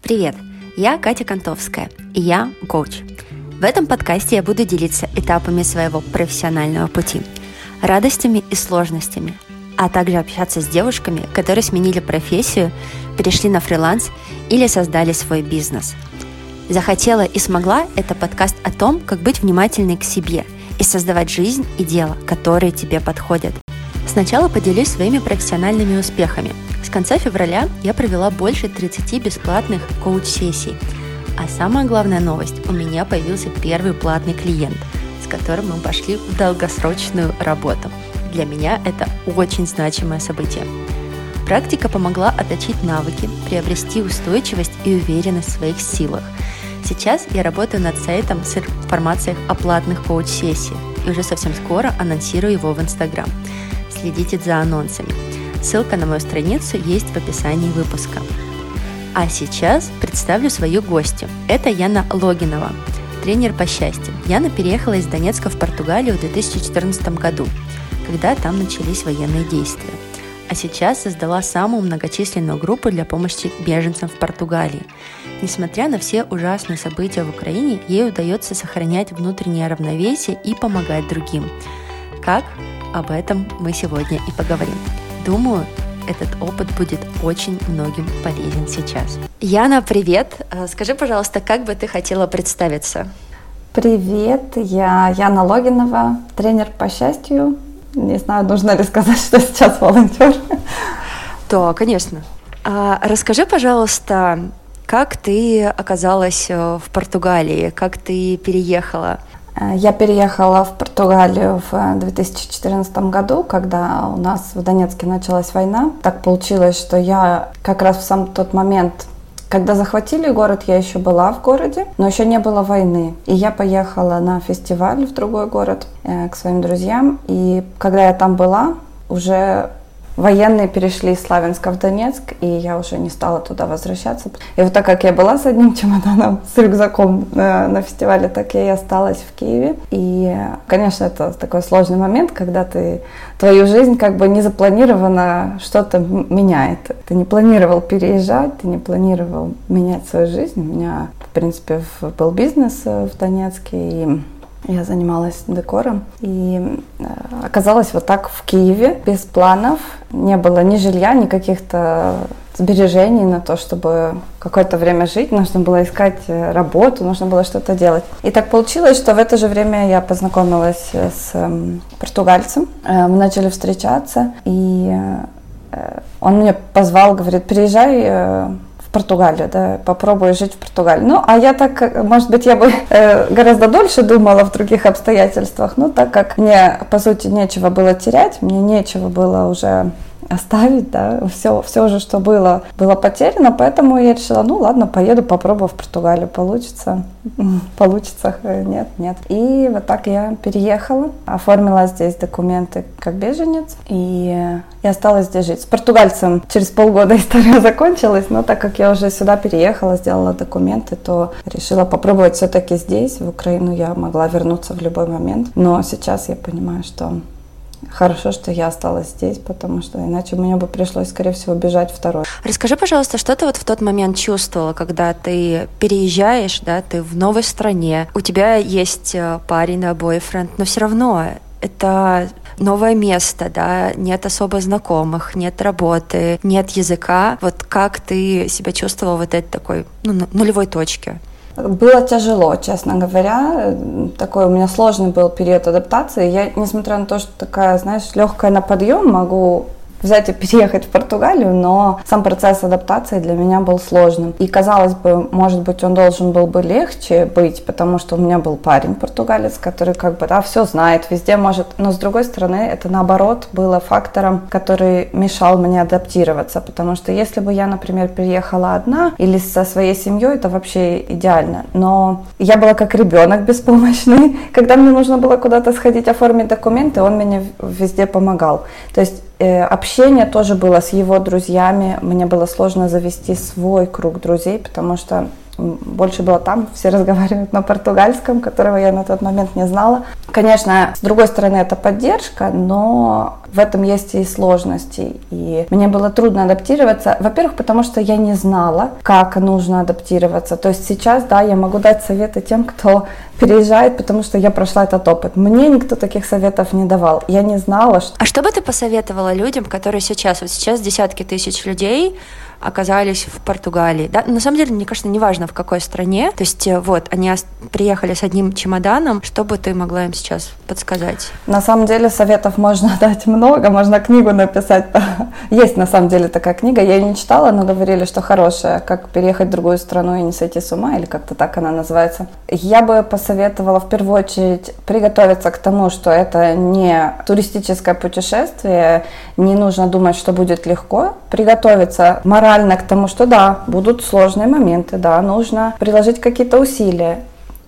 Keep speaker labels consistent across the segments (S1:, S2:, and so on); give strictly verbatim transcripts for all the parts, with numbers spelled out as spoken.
S1: Привет, я Катя Кантовская, и я коуч. В этом подкасте я буду делиться этапами своего профессионального пути, радостями и сложностями, а также общаться с девушками, которые сменили профессию, перешли на фриланс или создали свой бизнес. «Захотела и смогла» — это подкаст о том, как быть внимательной к себе и создавать жизнь и дело, которые тебе подходят. Сначала поделюсь своими профессиональными успехами. С конца февраля я провела больше тридцати бесплатных коуч-сессий. А самая главная новость – у меня появился первый платный клиент, с которым мы пошли в долгосрочную работу. Для меня это очень значимое событие. Практика помогла отточить навыки, приобрести устойчивость и уверенность в своих силах. Сейчас я работаю над сайтом с информацией о платных коуч-сессиях и уже совсем скоро анонсирую его в Инстаграм. Следите за анонсами. Ссылка на мою страницу есть в описании выпуска. А сейчас представлю свою гостью. Это Яна Логинова, тренер по счастью. Яна переехала из Донецка в Португалию в две тысячи четырнадцатом году, когда там начались военные действия. А сейчас создала самую многочисленную группу для помощи беженцам в Португалии. Несмотря на все ужасные события в Украине, ей удается сохранять внутреннее равновесие и помогать другим. Как? Об этом мы сегодня и поговорим. Думаю, этот опыт будет очень многим полезен сейчас. Яна, привет! Скажи, пожалуйста, как бы ты хотела представиться?
S2: Привет, я Яна Логинова, тренер по счастью. Не знаю, нужно ли сказать, что сейчас волонтер.
S1: Да, конечно. А расскажи, пожалуйста, как ты оказалась в Португалии, как ты переехала?
S2: Я переехала в Португалию в две тысячи четырнадцатом году, когда у нас в Донецке началась война. Так получилось, что я как раз в сам тот момент, когда захватили город, я еще была в городе, но еще не было войны. И я поехала на фестиваль в другой город э, к своим друзьям. И когда я там была, уже военные перешли из Славянска в Донецк, и я уже не стала туда возвращаться. И вот так как я была с одним чемоданом, с рюкзаком э, на фестивале, так я и осталась в Киеве. И, конечно, это такой сложный момент, когда ты твою жизнь как бы не запланированно что-то меняет. Ты не планировал переезжать, ты не планировал менять свою жизнь. У меня, в принципе, был бизнес в Донецке, и я занималась декором, и э, оказалась вот так в Киеве, без планов. Не было ни жилья, ни каких-то сбережений на то, чтобы какое-то время жить. Нужно было искать работу, нужно было что-то делать. И так получилось, что в это же время я познакомилась с э, португальцем. Э, мы начали встречаться, и э, он меня позвал, говорит, приезжай э, в Португалию, да, попробую жить в Португалии. Ну, а я так, может быть, я бы э, гораздо дольше думала в других обстоятельствах, но так как мне, по сути, нечего было терять, мне нечего было уже оставить, да, все, все же, что было, было потеряно, поэтому я решила, ну, ладно, поеду, попробую в Португалию, получится, получится, нет, нет. И вот так я переехала, оформила здесь документы как беженец, и я осталась здесь жить. С португальцем через полгода история закончилась, но так как я уже сюда переехала, сделала документы, то решила попробовать все-таки здесь. В Украину я могла вернуться в любой момент, но сейчас я понимаю, что хорошо, что я осталась здесь, потому что иначе мне бы пришлось, скорее всего, бежать второй.
S1: Расскажи, пожалуйста, что ты вот в тот момент чувствовала, когда ты переезжаешь, да, ты в новой стране, у тебя есть парень, да, бойфренд, но все равно это новое место, да, нет особо знакомых, нет работы, нет языка. Вот как ты себя чувствовала в этой такой, ну, нулевой точке?
S2: Было тяжело, честно говоря. Такой у меня сложный был период адаптации. Я, несмотря на то, что такая, знаешь, легкая на подъем, могу взять и переехать в Португалию, но сам процесс адаптации для меня был сложным. И, казалось бы, может быть, он должен был бы легче быть, потому что у меня был парень португалец, который как бы, да, все знает, везде может. Но, с другой стороны, это, наоборот, было фактором, который мешал мне адаптироваться, потому что если бы я, например, переехала одна или со своей семьей, это вообще идеально. Но я была как ребенок беспомощный. Когда мне нужно было куда-то сходить, оформить документы, он мне везде помогал. То есть общение тоже было с его друзьями. Мне было сложно завести свой круг друзей, потому что больше было там, все разговаривают на португальском, которого я на тот момент не знала. Конечно, с другой стороны, это поддержка, но в этом есть и сложности. И мне было трудно адаптироваться. Во-первых, потому что я не знала, как нужно адаптироваться. То есть сейчас, да, я могу дать советы тем, кто переезжает, потому что я прошла этот опыт. Мне никто таких советов не давал. Я не знала, что...
S1: А что бы ты посоветовала людям, которые сейчас, вот сейчас десятки тысяч людей оказались в Португалии, да? На самом деле, мне кажется, неважно, в какой стране. То есть, вот, они приехали с одним чемоданом. Что бы ты могла им сейчас подсказать?
S2: На самом деле, советов можно дать много, можно книгу написать. Есть, на самом деле, такая книга, я ее не читала, но говорили, что хорошая, как переехать в другую страну и не сойти с ума, или как-то так она называется. Я бы посоветовала, в первую очередь, приготовиться к тому, что это не туристическое путешествие, не нужно думать, что будет легко, приготовиться морально к тому, что да, будут сложные моменты, да, нужно приложить какие-то усилия.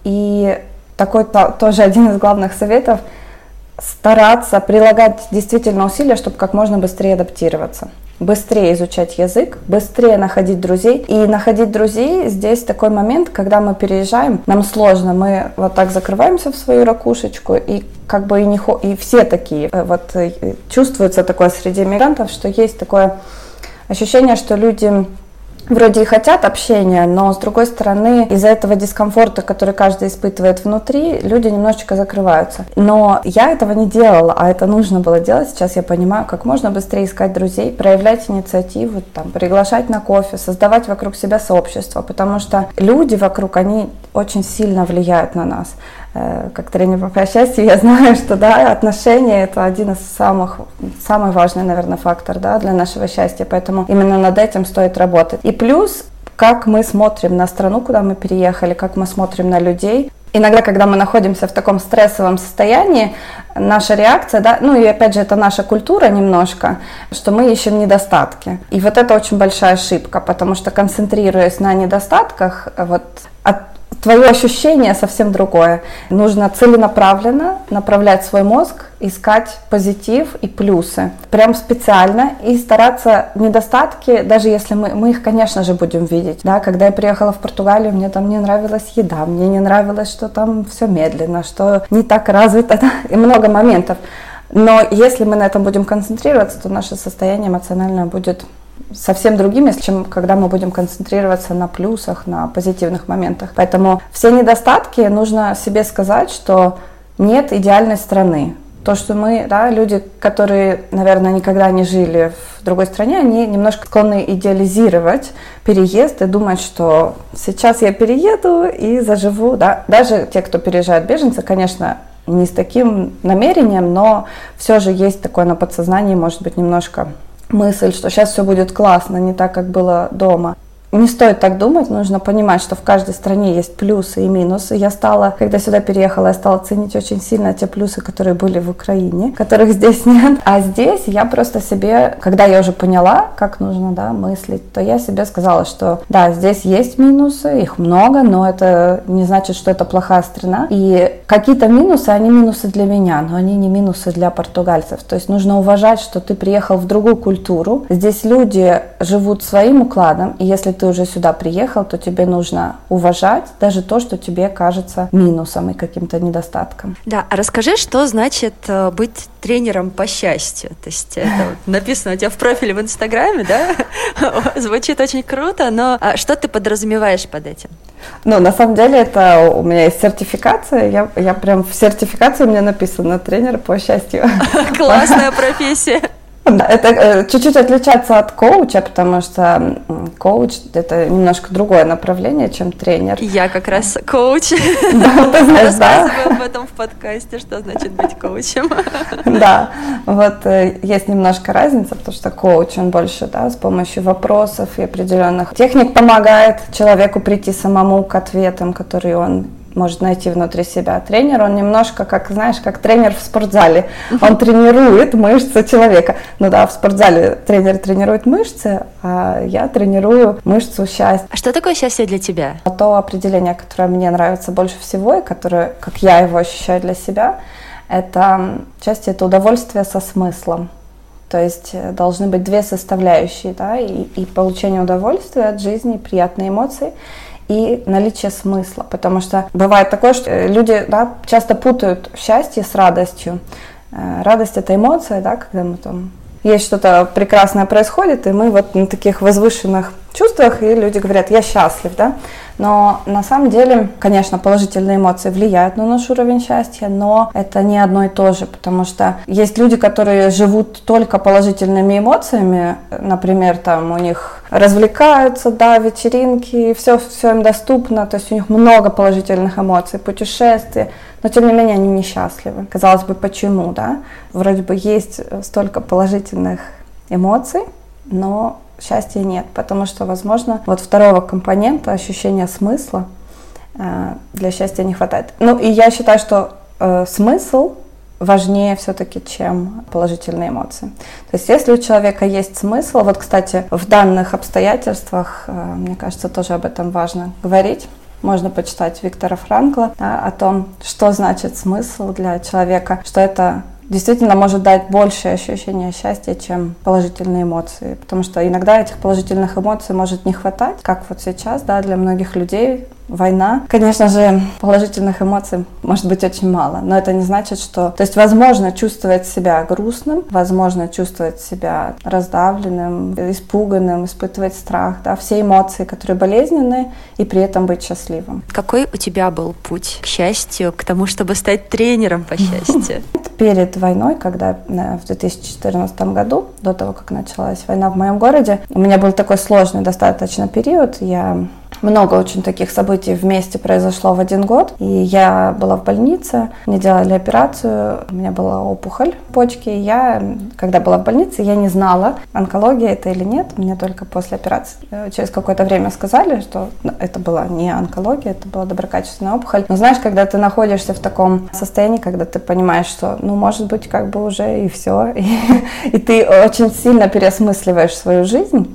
S2: И такой тоже один из главных советов – стараться прилагать действительно усилия, чтобы как можно быстрее адаптироваться, быстрее изучать язык, быстрее находить друзей. И находить друзей здесь такой момент, когда мы переезжаем, нам сложно, мы вот так закрываемся в свою ракушечку, и как бы и, не, и все такие, вот чувствуется такое среди мигрантов, что есть такое ощущение, что люди вроде и хотят общения, но с другой стороны, из-за этого дискомфорта, который каждый испытывает внутри, люди немножечко закрываются. Но я этого не делала, а это нужно было делать. Сейчас я понимаю, как можно быстрее искать друзей, проявлять инициативу, там, приглашать на кофе, создавать вокруг себя сообщество, потому что люди вокруг, они очень сильно влияют на нас. Как тренер по счастью, я знаю, что да, отношения – это один из самых, самый важный, наверное, фактор, да, для нашего счастья, поэтому именно над этим стоит работать. И плюс, как мы смотрим на страну, куда мы переехали, как мы смотрим на людей. Иногда, когда мы находимся в таком стрессовом состоянии, наша реакция, да, ну и опять же, это наша культура немножко, что мы ищем недостатки. И вот это очень большая ошибка, потому что, концентрируясь на недостатках, вот от твое ощущение совсем другое. Нужно целенаправленно направлять свой мозг, искать позитив и плюсы. Прям специально и стараться недостатки, даже если мы, мы их, конечно же, будем видеть. Да, когда я приехала в Португалию, мне там не нравилась еда, мне не нравилось, что там все медленно, что не так развито, да, и много моментов. Но если мы на этом будем концентрироваться, то наше состояние эмоциональное будет совсем другим, чем когда мы будем концентрироваться на плюсах, на позитивных моментах. Поэтому все недостатки нужно себе сказать, что нет идеальной страны. То, что мы, да, люди, которые, наверное, никогда не жили в другой стране, они немножко склонны идеализировать переезд и думать, что сейчас я перееду и заживу. Да. Даже те, кто переезжают беженцы, конечно, не с таким намерением, но все же есть такое на подсознании, может быть, немножко мысль, что сейчас все будет классно, не так, как было дома. Не стоит так думать, нужно понимать, что в каждой стране есть плюсы и минусы. Я стала, когда сюда переехала, я стала ценить очень сильно те плюсы, которые были в Украине, которых здесь нет. А здесь я просто себе, когда я уже поняла, как нужно, да, мыслить, то я себе сказала, что да, здесь есть минусы, их много, но это не значит, что это плохая страна. И какие-то минусы, они минусы для меня, но они не минусы для португальцев. То есть нужно уважать, что ты приехал в другую культуру. Здесь люди живут своим укладом, и если ты уже сюда приехал, то тебе нужно уважать даже то, что тебе кажется минусом и каким-то недостатком.
S1: Да, а расскажи, что значит быть тренером по счастью? То есть это вот написано у тебя в профиле в Инстаграме, да? Звучит очень круто, но что ты подразумеваешь под этим?
S2: Ну, на самом деле, это у меня есть сертификация, я, я прям в сертификации у меня написано тренер по счастью.
S1: Классная профессия.
S2: Да, это чуть-чуть отличается от коуча, потому что коуч – это немножко другое направление, чем тренер.
S1: Я как раз коуч.
S2: Да, ты знаешь, да.
S1: Рассказываю об этом в подкасте, что значит быть коучем.
S2: Да, вот есть немножко разница, потому что коуч, он больше, да, с помощью вопросов и определенных техник помогает человеку прийти самому к ответам, которые он может найти внутри себя. Тренер, он немножко, как, знаешь, как тренер в спортзале. Он тренирует мышцы человека. Ну да, в спортзале тренер тренирует мышцы, а я тренирую мышцу счастья.
S1: А что такое счастье для тебя?
S2: То определение, которое мне нравится больше всего, и которое, как я его ощущаю для себя, это счастье, это удовольствие со смыслом. То есть должны быть две составляющие, да, и, и получение удовольствия от жизни, приятные эмоции, и наличие смысла. Потому что бывает такое, что люди, да, часто путают счастье с радостью. Радость – это эмоция, да, когда мы там... Есть что-то прекрасное происходит, и мы вот на таких возвышенных чувствах, и люди говорят: я счастлив, да. Но на самом деле, конечно, положительные эмоции влияют на наш уровень счастья, но это не одно и то же, потому что есть люди, которые живут только положительными эмоциями, например, там у них развлекаются, да, вечеринки, все, все им доступно, то есть у них много положительных эмоций, путешествия, но тем не менее они несчастливы. Казалось бы, почему, да? Вроде бы есть столько положительных эмоций, но счастья нет, потому что, возможно, вот второго компонента, ощущения смысла, для счастья не хватает. Ну и я считаю, что э, смысл важнее все-таки, чем положительные эмоции. То есть если у человека есть смысл, вот, кстати, в данных обстоятельствах, э, мне кажется, тоже об этом важно говорить. Можно почитать Виктора Франкла, да, о том, что значит смысл для человека, что это действительно может дать большее ощущение счастья, чем положительные эмоции. Потому что иногда этих положительных эмоций может не хватать, как вот сейчас, да, для многих людей. Война. Конечно же, положительных эмоций может быть очень мало, но это не значит, что... То есть возможно чувствовать себя грустным, возможно чувствовать себя раздавленным, испуганным, испытывать страх, да, все эмоции, которые болезненные, и при этом быть счастливым.
S1: Какой у тебя был путь к счастью, к тому, чтобы стать тренером по счастью?
S2: Перед войной, когда в две тысячи четырнадцатом году, до того, как началась война в моем городе, у меня был такой сложный достаточно период. Я много очень таких событий вместе произошло в один год. И я была в больнице, мне делали операцию, у меня была опухоль почки. И я, когда была в больнице, я не знала, онкология это или нет. Мне только после операции через какое-то время сказали, что это была не онкология, это была доброкачественная опухоль. Но знаешь, когда ты находишься в таком состоянии, когда ты понимаешь, что, ну, может быть, как бы уже и все, и, и ты очень сильно переосмысливаешь свою жизнь.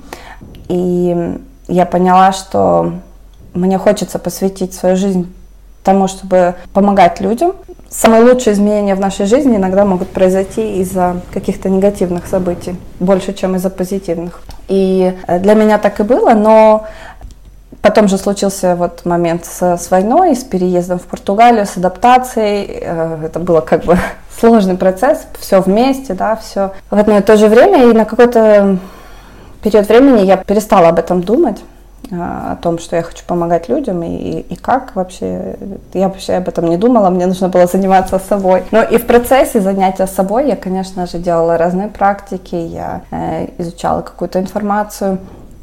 S2: И я поняла, что мне хочется посвятить свою жизнь тому, чтобы помогать людям. Самые лучшие изменения в нашей жизни иногда могут произойти из-за каких-то негативных событий, больше, чем из-за позитивных. И для меня так и было, но потом же случился вот момент с, с войной, с переездом в Португалию, с адаптацией. Это было как бы сложный процесс, все вместе, да, все в одно и то же время. И на какой-то период времени я перестала об этом думать, о том, что я хочу помогать людям и, и, и как вообще. Я вообще об этом не думала, мне нужно было заниматься собой. Но и в процессе занятия собой я, конечно же, делала разные практики, я э, изучала какую-то информацию.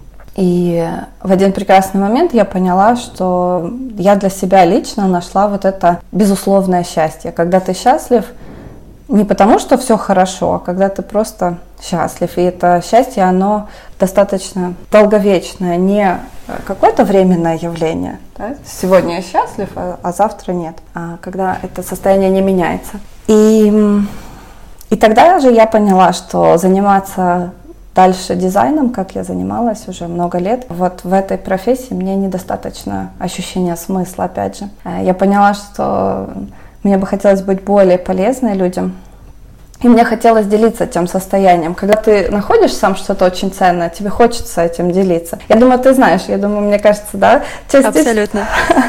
S2: И в один прекрасный момент я поняла, что я для себя лично нашла вот это безусловное счастье. Когда ты счастлив не потому, что все хорошо, а когда ты просто счастлив. И это счастье, оно достаточно долговечное, не какое-то временное явление. Да? Сегодня я счастлив, а, а завтра нет. А когда это состояние не меняется. И, и тогда же я поняла, что заниматься дальше дизайном, как я занималась уже много лет, вот в этой профессии мне недостаточно ощущения смысла, опять же. Я поняла, что мне бы хотелось быть более полезной людям. И мне хотелось делиться тем состоянием. Когда ты находишь сам что-то очень ценное, тебе хочется этим делиться. Я думаю, ты знаешь, я думаю, мне кажется, да?
S1: Частично, абсолютно.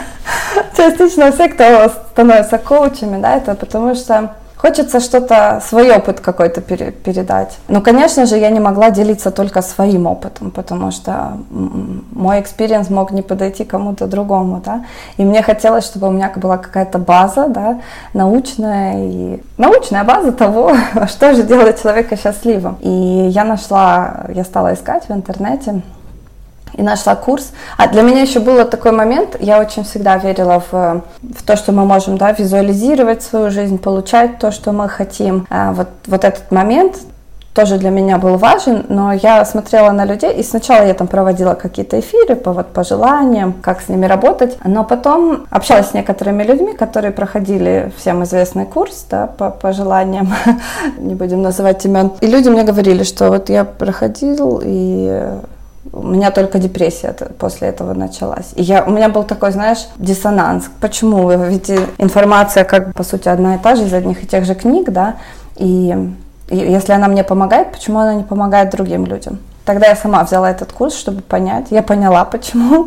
S2: Частично все, кто становится коучами, да, это потому что хочется что-то, свой опыт какой-то пере, передать. Но, конечно же, я не могла делиться только своим опытом, потому что мой экспириенс мог не подойти кому-то другому, да. И мне хотелось, чтобы у меня была какая-то база, да, научная, и научная база того, что же делает человека счастливым. И я нашла, я стала искать в интернете, и нашла курс. А для меня еще был такой момент, я очень всегда верила в, в то, что мы можем, да, визуализировать свою жизнь, получать то, что мы хотим. А вот, вот этот момент тоже для меня был важен, но я смотрела на людей, и сначала я там проводила какие-то эфиры по, вот, по желаниям, как с ними работать, но потом общалась с некоторыми людьми, которые проходили всем известный курс, да, по, по желаниям, не будем называть имен. И люди мне говорили, что вот я проходил, и у меня только депрессия после этого началась. И я, у меня был такой, знаешь, диссонанс. Почему? Ведь информация, как по сути, одна и та же из одних и тех же книг, да, и, и если она мне помогает, почему она не помогает другим людям? Тогда я сама взяла этот курс, чтобы понять. Я поняла, почему.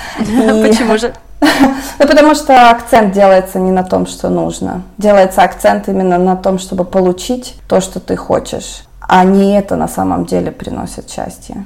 S1: Почему же?
S2: Ну, потому что акцент делается не на том, что нужно. Делается акцент именно на том, чтобы получить то, что ты хочешь. А не это на самом деле приносит счастье.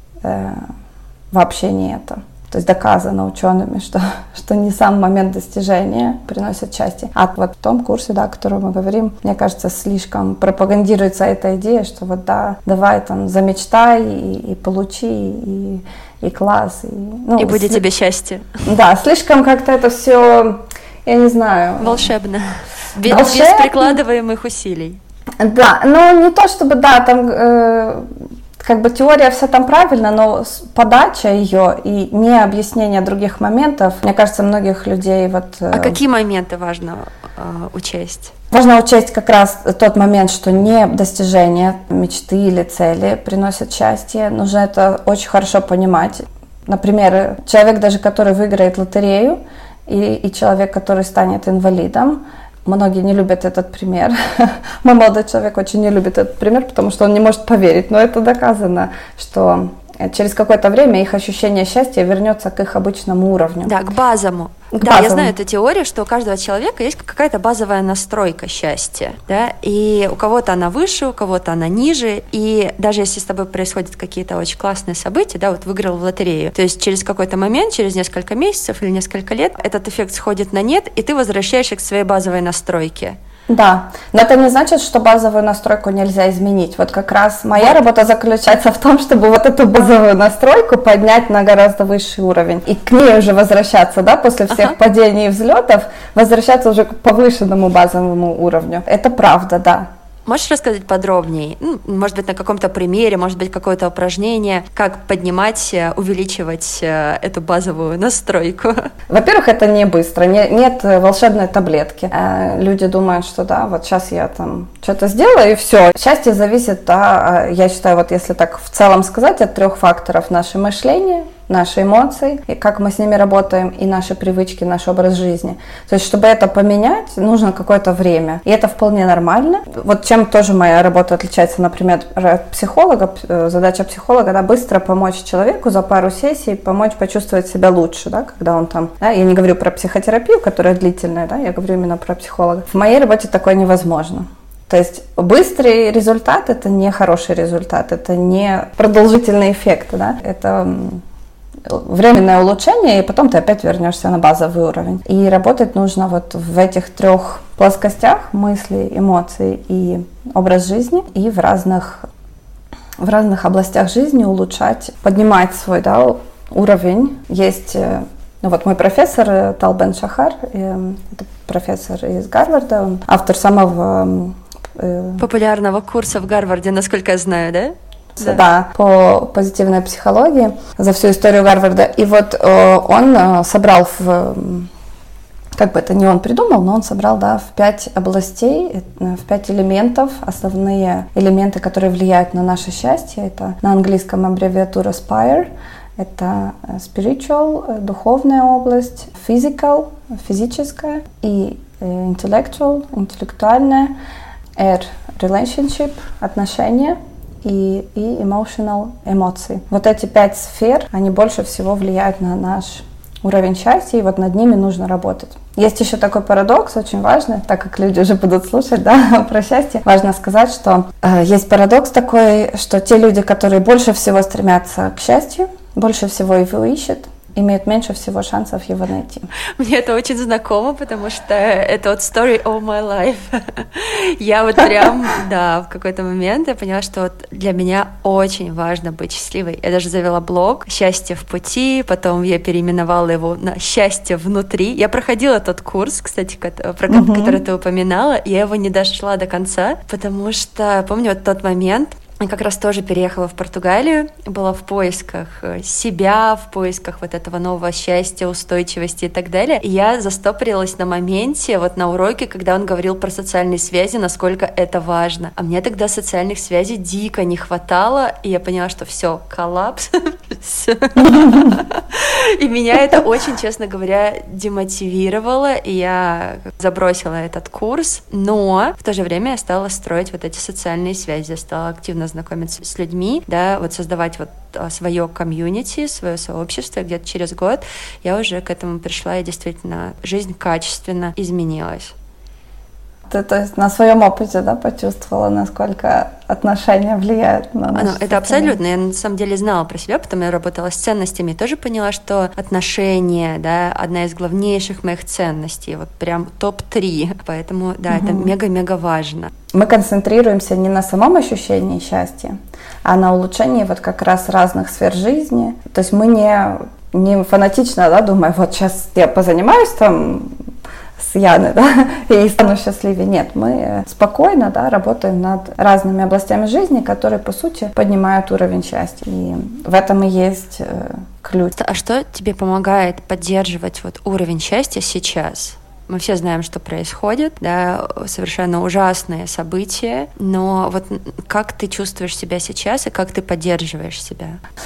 S2: Э, вообще не это. То есть доказано учеными, что, что не сам момент достижения приносит счастье. А вот в том курсе, да, о котором мы говорим, мне кажется, слишком пропагандируется эта идея, что вот да, давай там замечтай и, и получи, и, и класс. И, ну,
S1: и будет
S2: сли... тебе
S1: счастье.
S2: Да, слишком как-то это все, я не знаю...
S1: Волшебно. Без,
S2: Волшебно.
S1: Без прикладываемых усилий.
S2: Да, но не то чтобы, да, там... Э, Как бы теория вся там правильно, но подача ее и не объяснение других моментов, мне кажется, многих людей вот...
S1: А какие моменты важно э, учесть?
S2: Важно учесть как раз тот момент, что не достижение мечты или цели приносит счастье. Нужно это очень хорошо понимать. Например, человек даже, который выиграет лотерею, и, и человек, который станет инвалидом. Многие не любят этот пример. Мой молодой человек очень не любит этот пример, потому что он не может поверить. Но это доказано, что через какое-то время их ощущение счастья вернется к их обычному уровню.
S1: Да, к базовому.
S2: К
S1: да,
S2: базовому.
S1: Я знаю эту теорию, что у каждого человека есть какая-то базовая настройка счастья, да, и у кого-то она выше, у кого-то она ниже, и даже если с тобой происходят какие-то очень классные события, да, вот выиграл в лотерею, то есть через какой-то момент, через несколько месяцев или несколько лет этот эффект сходит на нет, и ты возвращаешься к своей базовой настройке.
S2: Да, но это не значит, что базовую настройку нельзя изменить. Вот как раз моя работа заключается в том, чтобы вот эту базовую настройку поднять на гораздо высший уровень. И к ней уже возвращаться, да, после всех ага. падений и взлетов, возвращаться уже к повышенному базовому уровню. Это правда, да.
S1: Можешь рассказать подробнее? Ну, может быть, на каком-то примере, может быть, какое-то упражнение, как поднимать, увеличивать эту базовую настройку?
S2: Во-первых, это не быстро, не, нет волшебной таблетки. Люди думают, что да, вот сейчас я там что-то сделаю и все. Счастье зависит, да, я считаю, вот если так в целом сказать, от трех факторов: наше мышление, наши эмоции, и как мы с ними работаем, и наши привычки, наш образ жизни. То есть, чтобы это поменять, нужно какое-то время. И это вполне нормально. Вот чем тоже моя работа отличается, например, от психолога. Задача психолога, да, быстро помочь человеку за пару сессий, помочь почувствовать себя лучше, да, когда он там... Да, я не говорю про психотерапию, которая длительная, да, я говорю именно про психолога. В моей работе такое невозможно. То есть быстрый результат – это не хороший результат, это не продолжительный эффект, да, это... временное улучшение, и потом ты опять вернешься на базовый уровень. И работать нужно вот в этих трех плоскостях: мысли, эмоции и образ жизни, и в разных, в разных областях жизни улучшать, поднимать свой, да, уровень. Есть, ну вот мой профессор Тал Бен-Шахар, это профессор из Гарварда, он автор самого...
S1: популярного курса в Гарварде, насколько я знаю, да?
S2: Да. да, по позитивной психологии за всю историю Гарварда. И вот э, он э, собрал, в, как бы это не он придумал, но он собрал, да, в пять областей, в пять элементов, основные элементы, которые влияют на наше счастье. Это на английском аббревиатура спайр, это spiritual, духовная область, physical, физическая, и intellectual, интеллектуальная, R, relationship, отношения, и, и emotional, эмоции. Вот эти пять сфер, они больше всего влияют на наш уровень счастья, и вот над ними нужно работать. Есть еще такой парадокс, очень важный, так как люди уже будут слушать, да, про счастье. Важно сказать, что э, есть парадокс такой, что те люди, которые больше всего стремятся к счастью, больше всего его ищут, имеют меньше всего шансов его найти.
S1: Мне это очень знакомо, потому что это вот story of my life. Я вот прям, да, в какой-то момент я поняла, что вот для меня очень важно быть счастливой. Я даже завела блог «Счастье в пути», потом я переименовала его на «Счастье внутри». Я проходила тот курс, кстати, про uh-huh. который ты упоминала, и я его не дошла до конца, потому что, помню, вот тот момент, я как раз тоже переехала в Португалию, была в поисках себя, в поисках вот этого нового счастья, устойчивости и так далее. И я застопорилась на моменте, вот на уроке, когда он говорил про социальные связи, насколько это важно. А мне тогда социальных связей дико не хватало, и я поняла, что все, коллапс. И меня это очень, честно говоря, демотивировало, и я забросила этот курс, но в то же время я стала строить вот эти социальные связи, стала активно знакомиться с людьми, да, вот создавать вот свое комьюнити, свое сообщество. Где-то через год я уже к этому пришла, и действительно жизнь качественно изменилась.
S2: Ты, то есть, на своем опыте, да, почувствовала, насколько отношения влияют на наше состояние?
S1: Это абсолютно. Я на самом деле знала про себя, потом я работала с ценностями и тоже поняла, что отношения, да, одна из главнейших моих ценностей, вот прям топ три. Поэтому, да, угу. это мега-мега важно.
S2: Мы концентрируемся не на самом ощущении счастья, а на улучшении вот как раз разных сфер жизни. То есть мы не, не фанатично, да, думаем, вот сейчас я позанимаюсь там с Яной, да, и стану счастливее. Нет, мы спокойно, да, работаем над разными областями жизни, которые, по сути, поднимают уровень счастья. И в этом и есть э, ключ.
S1: А что тебе помогает поддерживать вот уровень счастья сейчас? Мы все знаем, что происходит, да, совершенно ужасные события, но вот как ты чувствуешь себя сейчас и как ты поддерживаешь себя?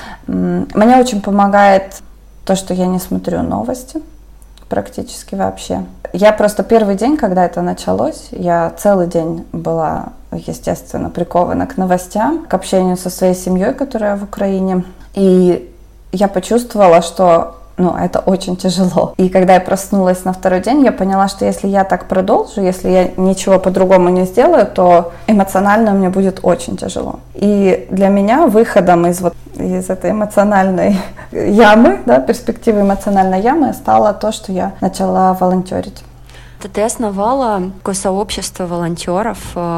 S2: Мне очень помогает то, что я не смотрю новости практически вообще. Я просто первый день, когда это началось, я целый день была, естественно, прикована к новостям, к общению со своей семьей, которая в Украине, и я почувствовала, что ну, это очень тяжело. И когда я проснулась на второй день, я поняла, что если я так продолжу, если я ничего по-другому не сделаю, то эмоционально мне будет очень тяжело. И для меня выходом из, вот, из этой эмоциональной ямы, да, перспективы эмоциональной ямы, стало то, что я начала волонтерить.
S1: Ты основала такое сообщество волонтеров,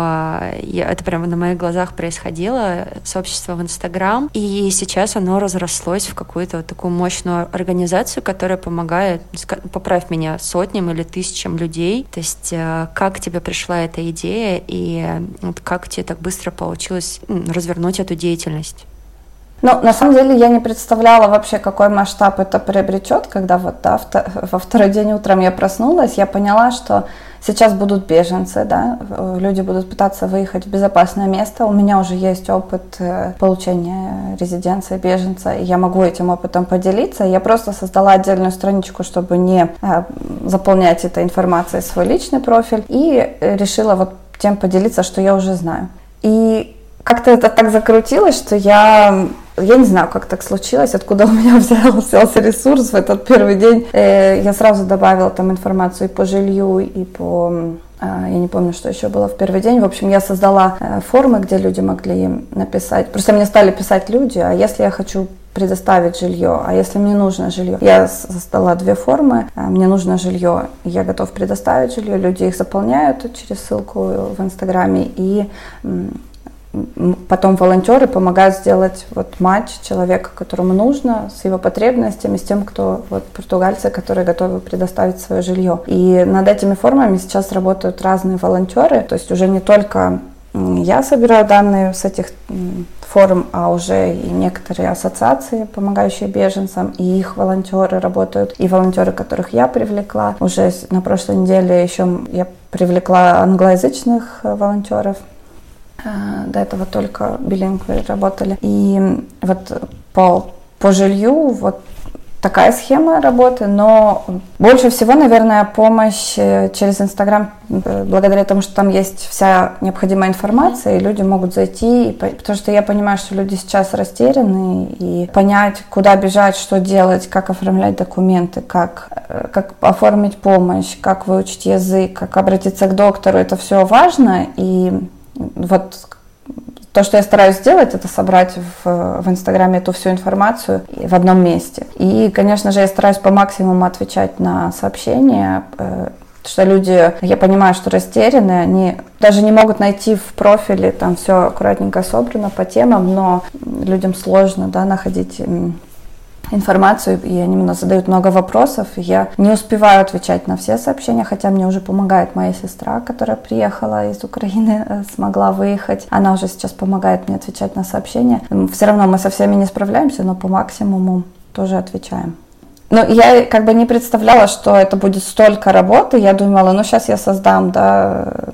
S1: это прямо на моих глазах происходило, сообщество в Инстаграм, и сейчас оно разрослось в какую-то вот такую мощную организацию, которая помогает, поправь меня, сотням или тысячам людей. То есть как тебе пришла эта идея и вот как тебе так быстро получилось развернуть эту деятельность?
S2: Ну, на самом деле, я не представляла вообще, какой масштаб это приобретет, когда вот, да, во второй день утром я проснулась, я поняла, что сейчас будут беженцы, да, люди будут пытаться выехать в безопасное место. У меня уже есть опыт получения резиденции беженца, и я могу этим опытом поделиться. Я просто создала отдельную страничку, чтобы не заполнять этой информацией свой личный профиль, и решила вот тем поделиться, что я уже знаю. И как-то это так закрутилось, что я... Я не знаю, как так случилось, откуда у меня взялся, взялся ресурс в этот первый день. Я сразу добавила там информацию и по жилью, и по... Я не помню, что еще было в первый день. В общем, я создала формы, где люди могли написать. Просто мне стали писать люди, а если я хочу предоставить жилье, а если мне нужно жилье. Я создала две формы. Мне нужно жилье, я готов предоставить жилье. Люди их заполняют через ссылку в Инстаграме, и потом волонтеры помогают сделать вот матч человека, которому нужно, с его потребностями, с тем, кто вот португальцы, которые готовы предоставить свое жилье. И над этими формами сейчас работают разные волонтеры, то есть уже не только я собираю данные с этих форм, а уже и некоторые ассоциации, помогающие беженцам, и их волонтеры работают, и волонтеры, которых я привлекла. Уже на прошлой неделе еще я привлекла англоязычных волонтеров. До этого только билингвы работали. И вот по, по жилью вот такая схема работы, но больше всего, наверное, помощь через Инстаграм, благодаря тому, что там есть вся необходимая информация, и люди могут зайти, потому что я понимаю, что люди сейчас растеряны, и понять, куда бежать, что делать, как оформлять документы, как, как оформить помощь, как выучить язык, как обратиться к доктору, это все важно, и вот то, что я стараюсь сделать, это собрать в, в Инстаграме эту всю информацию в одном месте. И, конечно же, я стараюсь по максимуму отвечать на сообщения, потому что люди, я понимаю, что растеряны, они даже не могут найти в профиле, там все аккуратненько собрано по темам, но людям сложно, да, находить информацию, и они задают много вопросов, и я не успеваю отвечать на все сообщения, хотя мне уже помогает моя сестра, которая приехала из Украины, смогла выехать. Она уже сейчас помогает мне отвечать на сообщения. Все равно мы со всеми не справляемся, но по максимуму тоже отвечаем. Но я как бы не представляла, что это будет столько работы. Я думала, ну сейчас я создам, да,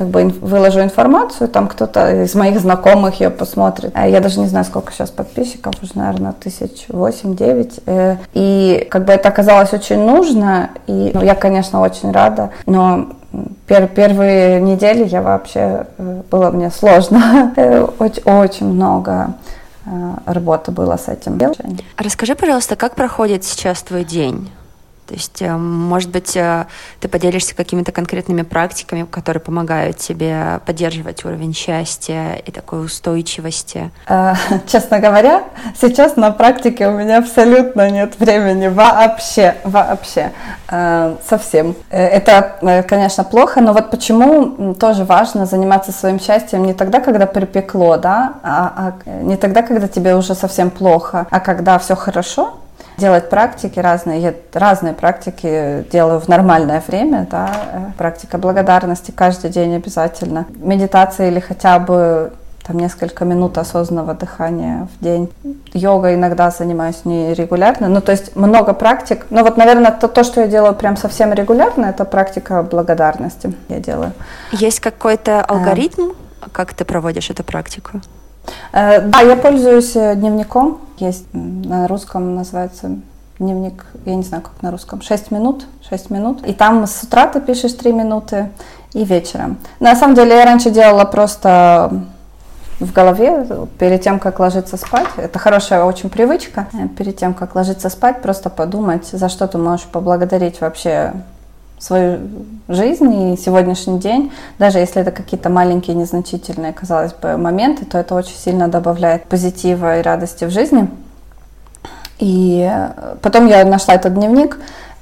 S2: как бы выложу информацию, там кто-то из моих знакомых ее посмотрит. Я даже не знаю, сколько сейчас подписчиков, уже, наверное, тысяч восемь-девять. И как бы это оказалось очень нужно, и ну, я, конечно, очень рада, но пер- первые недели я вообще, было мне сложно, очень, очень много работы было с этим.
S1: Расскажи, пожалуйста, как проходит сейчас твой день? То есть, может быть, ты поделишься какими-то конкретными практиками, которые помогают тебе поддерживать уровень счастья и такой устойчивости?
S2: Честно говоря, сейчас на практике у меня абсолютно нет времени вообще, вообще, совсем. Это, конечно, плохо, но вот почему тоже важно заниматься своим счастьем не тогда, когда припекло, да, а, а не тогда, когда тебе уже совсем плохо, а когда все хорошо. Делать практики разные, я разные практики делаю в нормальное время, да, практика благодарности каждый день обязательно, медитация или хотя бы там несколько минут осознанного дыхания в день, йога иногда занимаюсь нерегулярно, ну то есть много практик, но вот, наверное, то, то, что я делаю прям совсем регулярно, это практика благодарности я делаю.
S1: Есть какой-то алгоритм, а... как ты проводишь эту практику?
S2: Да, я пользуюсь дневником, есть на русском называется дневник, я не знаю, как на русском, шесть минут, шесть минут, и там с утра ты пишешь три минуты и вечером. На самом деле я раньше делала просто в голове, перед тем, как ложиться спать, это хорошая очень привычка, перед тем, как ложиться спать, просто подумать, за что ты можешь поблагодарить вообще свою жизнь и сегодняшний день, даже если это какие-то маленькие, незначительные, казалось бы, моменты, то это очень сильно добавляет позитива и радости в жизни. И потом я нашла этот дневник,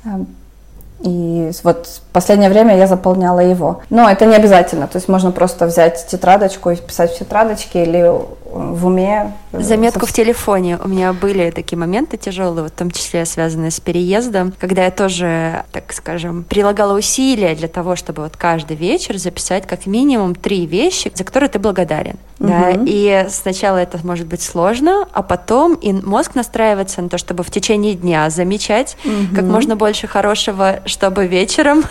S2: и вот в последнее время я заполняла его. Но это не обязательно, то есть можно просто взять тетрадочку и писать в тетрадочке или в уме.
S1: Заметку в телефоне. У меня были такие моменты тяжелые, в том числе связанные с переездом, когда я тоже, так скажем, прилагала усилия для того, чтобы вот каждый вечер записать как минимум три вещи, за которые ты благодарен. Угу. Да? И сначала это может быть сложно, а потом и мозг настраивается на то, чтобы в течение дня замечать угу. как можно больше хорошего, чтобы вечером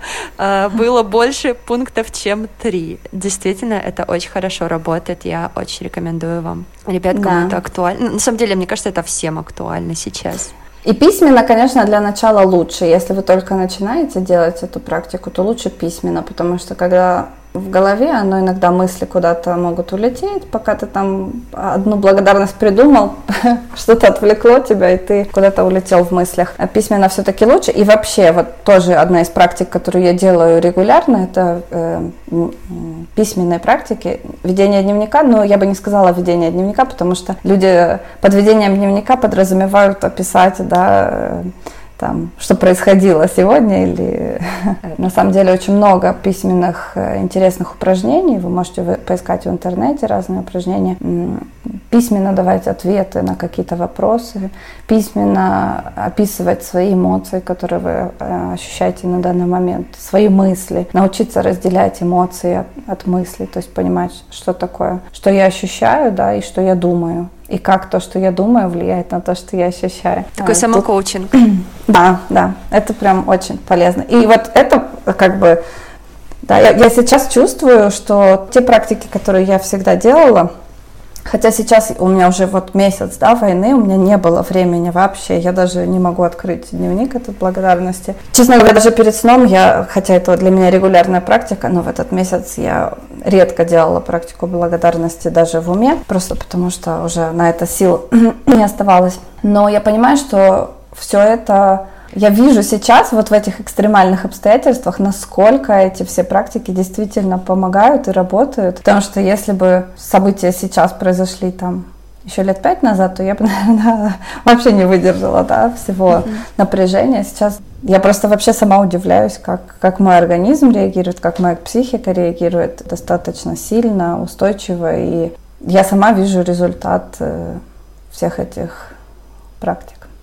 S1: да, было больше пунктов, чем три. Действительно, это очень хорошо работает, я очень рекомендую. Рекомендую вам. Ребят, кому да. это актуально. На самом деле, мне кажется, это всем актуально сейчас.
S2: И письменно, конечно, для начала лучше. Если вы только начинаете делать эту практику, то лучше письменно, потому что когда в голове, оно иногда мысли куда-то могут улететь, пока ты там одну благодарность придумал, что-то отвлекло тебя, и ты куда-то улетел в мыслях. А письменно все-таки лучше. И вообще, вот тоже одна из практик, которую я делаю регулярно, это э, письменные практики, ведение дневника, но я бы не сказала ведение дневника, потому что люди под ведением дневника подразумевают описать, да, там, что происходило сегодня, или на самом деле очень много письменных интересных упражнений, вы можете поискать в интернете разные упражнения, письменно давать ответы на какие-то вопросы, письменно описывать свои эмоции, которые вы ощущаете на данный момент, свои мысли, научиться разделять эмоции от, от мыслей, то есть понимать, что такое, что я ощущаю, да, и что я думаю. И как то, что я думаю, влияет на то, что я ощущаю.
S1: Такой а, самокоучинг.
S2: Тут... Да, да, это прям очень полезно. И вот это как бы, да, я, я сейчас чувствую, что те практики, которые я всегда делала, хотя сейчас у меня уже вот месяц, да, войны, у меня не было времени вообще, я даже не могу открыть дневник этот благодарности. Честно говоря, даже перед сном я, хотя это для меня регулярная практика, но в этот месяц я редко делала практику благодарности даже в уме, просто потому что уже на это сил не оставалось. Но я понимаю, что все это... Я вижу сейчас вот в этих экстремальных обстоятельствах, насколько эти все практики действительно помогают и работают. Потому что если бы события сейчас произошли там еще лет пять назад, то я бы, наверное, вообще не выдержала, да, всего mm-hmm. напряжения. Сейчас я просто вообще сама удивляюсь, как, как мой организм реагирует, как моя психика реагирует достаточно сильно, устойчиво. И я сама вижу результат всех этих практик.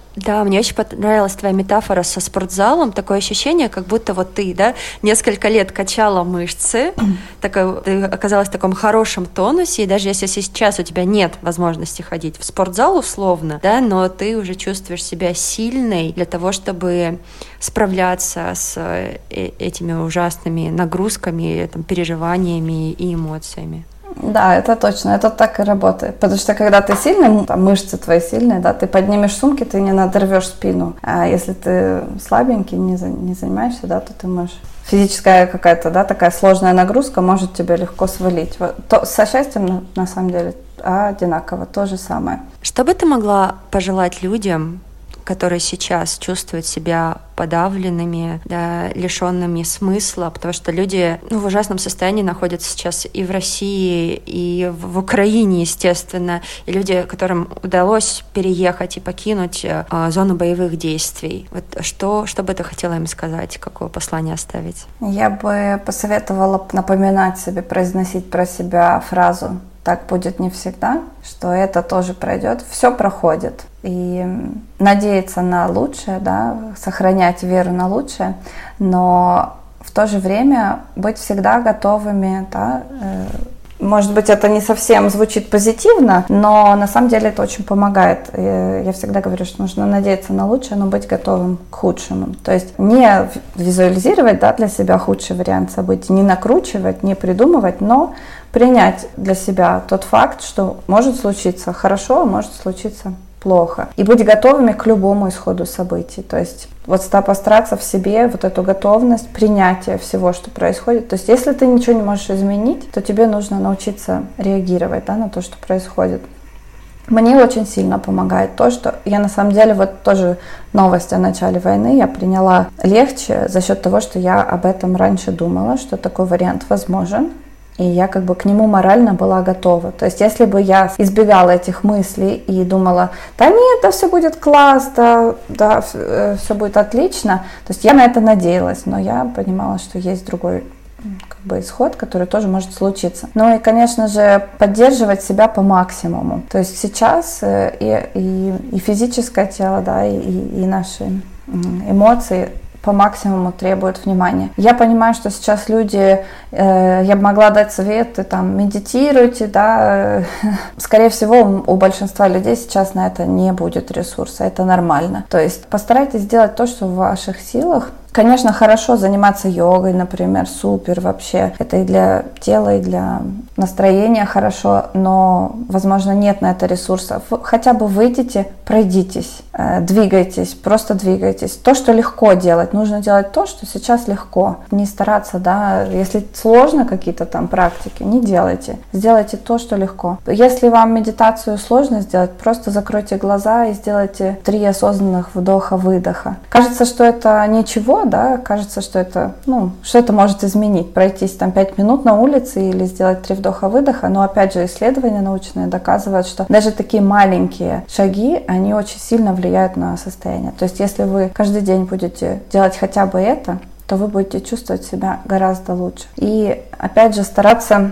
S1: Да, мне очень понравилась твоя метафора со спортзалом. Такое ощущение, как будто вот ты, да, несколько лет качала мышцы, такой, ты оказалась в таком хорошем тонусе, и даже если сейчас у тебя нет возможности ходить в спортзал условно, да, но ты уже чувствуешь себя сильной для того, чтобы справляться с этими ужасными нагрузками, там, переживаниями и эмоциями.
S2: Да, это точно, это так и работает. Потому что когда ты сильный, там, мышцы твои сильные, да, ты поднимешь сумки, ты не надорвешь спину. А если ты слабенький, не, за, не занимаешься, да, то ты можешь... Физическая какая-то, да, такая сложная нагрузка может тебя легко свалить. Вот, то, со счастьем, на самом деле, одинаково, то же самое.
S1: Что бы ты могла пожелать людям, которые сейчас чувствуют себя подавленными, да, лишенными смысла, потому что люди, ну, в ужасном состоянии находятся сейчас и в России, и в Украине, естественно, и люди, которым удалось переехать и покинуть э, зону боевых действий. Вот что, что бы ты хотела им сказать, какое послание оставить?
S2: Я бы посоветовала напоминать себе, произносить про себя фразу «так будет не всегда», что это тоже пройдет, все проходит. И надеяться на лучшее, да, сохранять веру на лучшее, но в то же время быть всегда готовыми, да, может быть, это не совсем звучит позитивно, но на самом деле это очень помогает. Я всегда говорю, что нужно надеяться на лучшее, но быть готовым к худшему. То есть не визуализировать, да, для себя худший вариант событий, не накручивать, не придумывать, но принять для себя тот факт, что может случиться хорошо, а может случиться плохо. И быть готовыми к любому исходу событий. То есть вот постараться в себе вот эту готовность, принятие всего, что происходит. То есть если ты ничего не можешь изменить, то тебе нужно научиться реагировать, да, на то, что происходит. Мне очень сильно помогает то, что я на самом деле вот тоже новость о начале войны я приняла легче за счет того, что я об этом раньше думала, что такой вариант возможен. И я как бы к нему морально была готова. То есть если бы я избегала этих мыслей и думала, да нет, да все будет классно, да, все будет отлично. То есть я на это надеялась, но я понимала, что есть другой как бы исход, который тоже может случиться. Ну и, конечно же, поддерживать себя по максимуму. То есть сейчас и, и, и физическое тело, да, и, и наши эмоции по максимуму требуют внимания. Я понимаю, что сейчас люди, э, я бы могла дать советы, там, медитируйте, да, скорее всего, у большинства людей сейчас на это не будет ресурса, это нормально. То есть постарайтесь сделать то, что в ваших силах. Конечно, хорошо заниматься йогой, например, супер вообще. Это и для тела, и для настроения хорошо, но, возможно, нет на это ресурсов. Хотя бы выйдите, пройдитесь, двигайтесь, просто двигайтесь. То, что легко делать, нужно делать то, что сейчас легко. Не стараться, да, если сложно какие-то там практики, не делайте. Сделайте то, что легко. Если вам медитацию сложно сделать, просто закройте глаза и сделайте три осознанных вдоха-выдоха. Кажется, что это ничего, да, кажется, что это, ну, что это может изменить, пройтись там пять минут на улице или сделать три вдоха-выдоха, но опять же исследования научные доказывают, что даже такие маленькие шаги, они очень сильно влияют на состояние. То есть если вы каждый день будете делать хотя бы это, то вы будете чувствовать себя гораздо лучше. И опять же стараться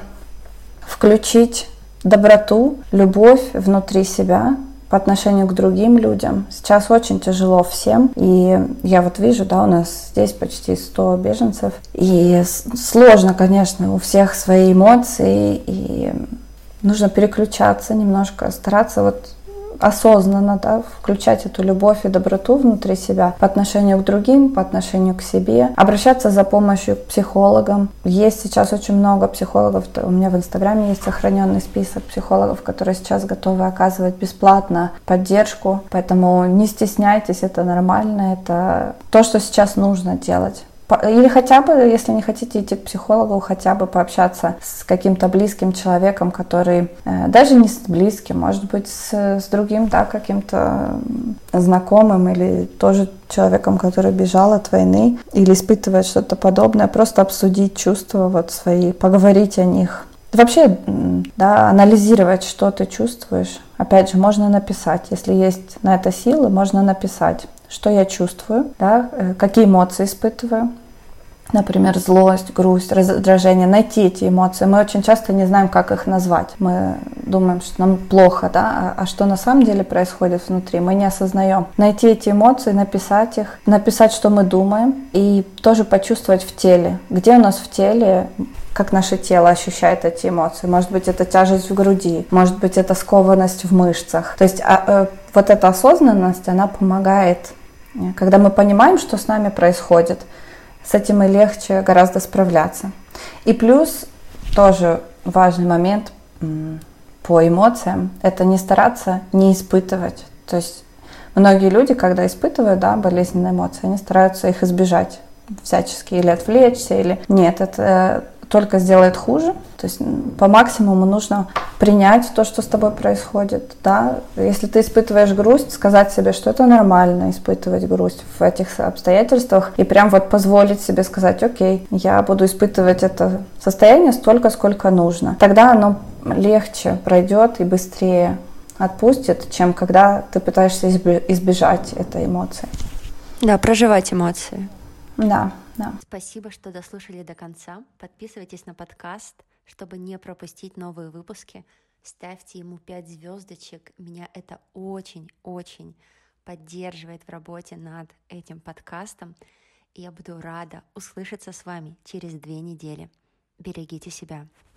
S2: включить доброту, любовь внутри себя, по отношению к другим людям. Сейчас очень тяжело всем, и я вот вижу, да, у нас здесь почти сто беженцев, и сложно, конечно, у всех свои эмоции, и нужно переключаться немножко, стараться вот осознанно, да, включать эту любовь и доброту внутри себя по отношению к другим, по отношению к себе, обращаться за помощью к психологам. Есть сейчас очень много психологов, у меня в Инстаграме есть сохраненный список психологов, которые сейчас готовы оказывать бесплатно поддержку, поэтому не стесняйтесь, это нормально, это то, что сейчас нужно делать. Или хотя бы, если не хотите идти к психологу, хотя бы пообщаться с каким-то близким человеком, который э, даже не с близким, может быть, с, с другим, да, каким-то знакомым или тоже человеком, который бежал от войны или испытывает что-то подобное, просто обсудить чувства вот свои, поговорить о них. Вообще, да, анализировать, что ты чувствуешь. Опять же, можно написать, если есть на это силы, можно написать, что я чувствую, да, какие эмоции испытываю, например, злость, грусть, раздражение, найти эти эмоции. Мы очень часто не знаем, как их назвать. Мы думаем, что нам плохо, да, а что на самом деле происходит внутри, мы не осознаем. Найти эти эмоции, написать их, написать, что мы думаем, и тоже почувствовать в теле, где у нас в теле, как наше тело ощущает эти эмоции. Может быть, это тяжесть в груди, может быть, это скованность в мышцах. То есть а, а, вот эта осознанность, она помогает, когда мы понимаем, что с нами происходит, с этим и легче гораздо справляться. И плюс тоже важный момент по эмоциям – это не стараться не испытывать. То есть многие люди, когда испытывают, да, болезненные эмоции, они стараются их избежать всячески, или отвлечься, или нет, это только сделает хуже. То есть по максимуму нужно принять то, что с тобой происходит. Да? Если ты испытываешь грусть, сказать себе, что это нормально испытывать грусть в этих обстоятельствах, и прям вот позволить себе сказать: окей, я буду испытывать это состояние столько, сколько нужно. Тогда оно легче пройдет и быстрее отпустит, чем когда ты пытаешься избежать этой эмоции.
S1: Да, проживать эмоции.
S2: Да, да.
S1: Спасибо, что дослушали до конца. Подписывайтесь на подкаст, чтобы не пропустить новые выпуски. Ставьте ему пять звездочек. Меня это очень-очень поддерживает в работе над этим подкастом. И я буду рада услышаться с вами через две недели. Берегите себя.